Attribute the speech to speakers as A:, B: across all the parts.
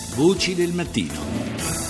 A: Voci del mattino.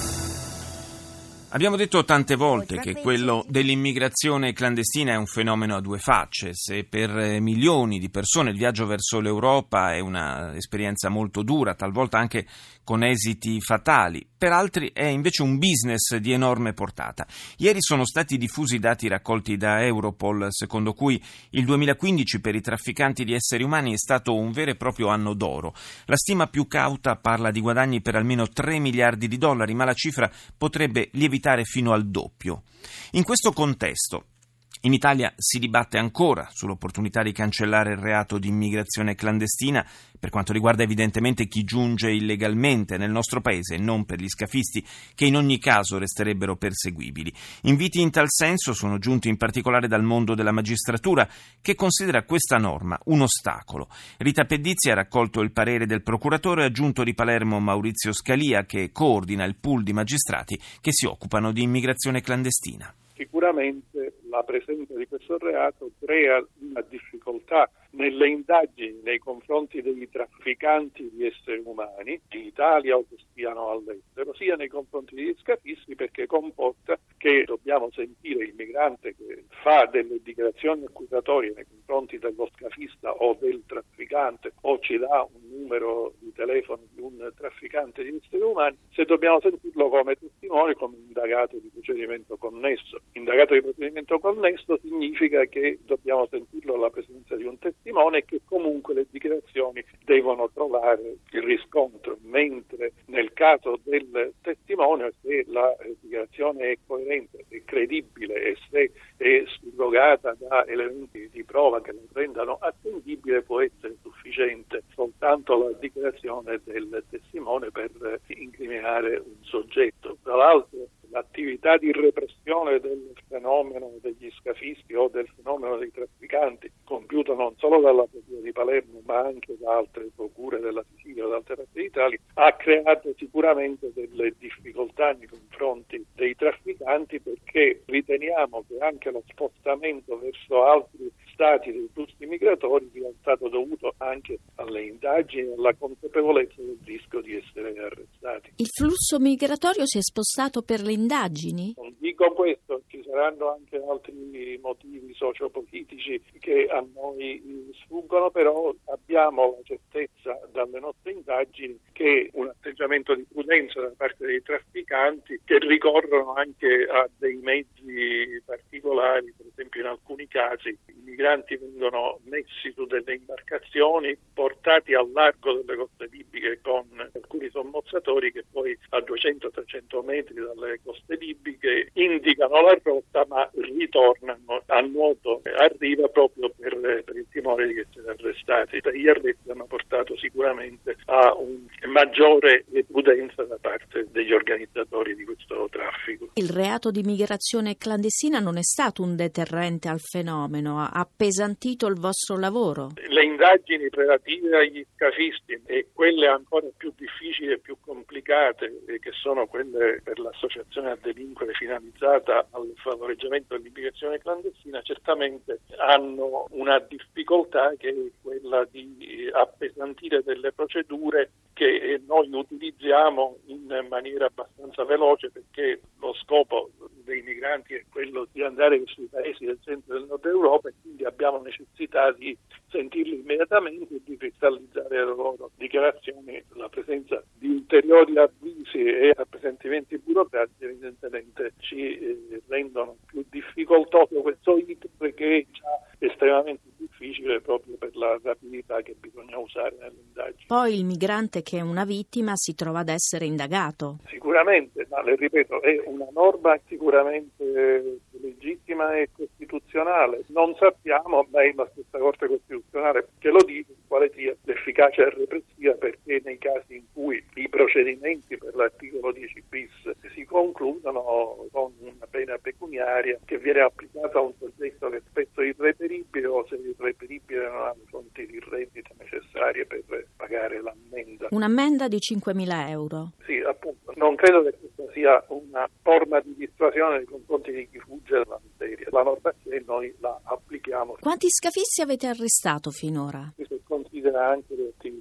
A: Abbiamo detto tante volte che quello dell'immigrazione clandestina è un fenomeno a due facce. Se per milioni di persone il viaggio verso l'Europa è un'esperienza molto dura, talvolta anche con esiti fatali, per altri è invece un business di enorme portata. Ieri sono stati diffusi dati raccolti da Europol, secondo cui il 2015 per i trafficanti di esseri umani è stato un vero e proprio anno d'oro. La stima più cauta parla di guadagni per almeno 3 miliardi di dollari, ma la cifra potrebbe lievitare fino al doppio. In questo contesto, in Italia si dibatte ancora sull'opportunità di cancellare il reato di immigrazione clandestina per quanto riguarda evidentemente chi giunge illegalmente nel nostro paese e non per gli scafisti, che in ogni caso resterebbero perseguibili. Inviti in tal senso sono giunti in particolare dal mondo della magistratura, che considera questa norma un ostacolo. Rita Pedizzi ha raccolto il parere del procuratore aggiunto di Palermo Maurizio Scalia, che coordina il pool di magistrati che si occupano di immigrazione clandestina.
B: Sicuramente la presenza di questo reato crea una difficoltà nelle indagini nei confronti dei trafficanti di esseri umani in Italia o che stiano all'estero, sia nei confronti degli scafisti, perché comporta che dobbiamo sentire il migrante che fa delle dichiarazioni accusatorie nei confronti dello scafista o del trafficante o ci dà un numero di telefono di un trafficante di esseri umani, se dobbiamo sentirlo come testimone, come indagato di procedimento connesso. Indagato di procedimento connesso significa che dobbiamo sentirlo alla presenza di un testimone e che comunque le dichiarazioni devono trovare il riscontro, mentre nel caso del testimone, se la dichiarazione è coerente, è credibile e se è surrogata da elementi di prova che la rendano attendibile, può essere sufficiente soltanto la dichiarazione del testimone per incriminare un soggetto. Tra l'altro, l'attività di repressione del fenomeno degli scafisti o del fenomeno dei trafficanti, compiuta non solo dalla Procura di Palermo ma anche da altre procure della Sicilia o da altre parti d'Italia, ha creato sicuramente delle difficoltà nei confronti dei trafficanti, perché riteniamo che anche lo spostamento verso altri stati dei flussi migratori sia stato dovuto anche alle indagini e alla consapevolezza del rischio di essere arrestati.
C: Il flusso migratorio si è spostato per le indagini?
B: Non dico questo, ci saranno anche altri motivi sociopolitici che a noi sfuggono, però abbiamo la certezza dalle nostre indagini che un atteggiamento di prudenza da parte dei trafficanti, che ricorrono anche a dei mezzi particolari, per esempio in alcuni casi i migranti vengono messi su delle imbarcazioni, portati al largo delle coste libiche con alcuni sommozzatori che poi a 200-300 metri dalle coste libiche indicano la rotta ma ritornano a nuoto a riva proprio per il timore di essere arrestati. Gli arresti hanno portato sicuramente a un maggiore prudenza da parte degli organizzatori di questo traffico.
C: Il reato di immigrazione clandestina non è stato un deterrente al fenomeno, ha appesantito il vostro lavoro?
B: Le indagini relative agli scafisti e quelle ancora più difficili e più complicate, che sono quelle per l'associazione a delinquere finalizzata al favoreggiamento dell'immigrazione clandestina, certamente hanno una difficoltà che è quella di appesantire delle procedure che noi utilizziamo in maniera abbastanza veloce, perché lo scopo dei migranti è quello di andare verso i paesi del centro e del nord Europa e quindi abbiamo necessità di sentirli immediatamente e di cristallizzare le loro dichiarazioni. La presenza di ulteriori avvisi e appesantimenti burocratici evidentemente ci rendono più difficoltoso questo iter, che è già estremamente difficile proprio per la rapidità che bisogna usare nelle indagini.
C: Poi il migrante che è una vittima si trova ad essere indagato.
B: Sicuramente, ma le ripeto, è una norma sicuramente legittima e costituzionale. Non sappiamo, ma è la stessa Corte Costituzionale che lo dice, quale sia l'efficacia repressiva, perché nei casi in cui i procedimenti per l'articolo 10 bis si concludono con una pena pecuniaria che viene applicata a un soggetto che è spesso irreperibile, o se irreperibile non ha le fonti di reddito necessarie per pagare l'ammenda.
C: Un'ammenda di 5.000 euro.
B: Sì, appunto. Non credo che questa sia una forma di dissuasione nei confronti di chi fugge dalla materia. La norma c'è, noi la applichiamo.
C: Quanti scafisti avete arrestato finora?
B: Questo considera anche le attività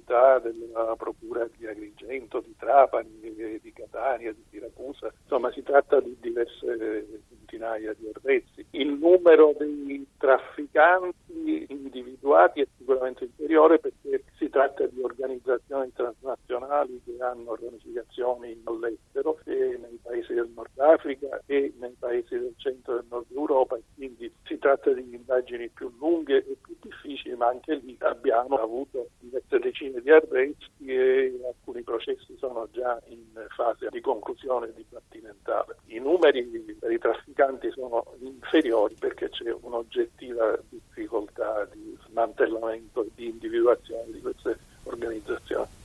B: unità della Procura di Agrigento, di Trapani, di Catania, di Siracusa. Insomma, si tratta di diverse centinaia di arresti. Il numero dei trafficanti individuati è sicuramente inferiore perché si tratta di organizzazioni transnazionali che hanno ramificazioni all'estero e nei paesi del Nord Africa e nei paesi del centro e del Nord Europa, e quindi si tratta di indagini più lunghe e più difficili, ma anche lì abbiamo avuto diverse decine di arresti e alcuni processi sono già in fase di conclusione dibattimentale. I numeri per i trafficanti sono inferiori perché c'è un'oggettiva difficoltà di smantellamento e di individuazione di queste organizzazioni.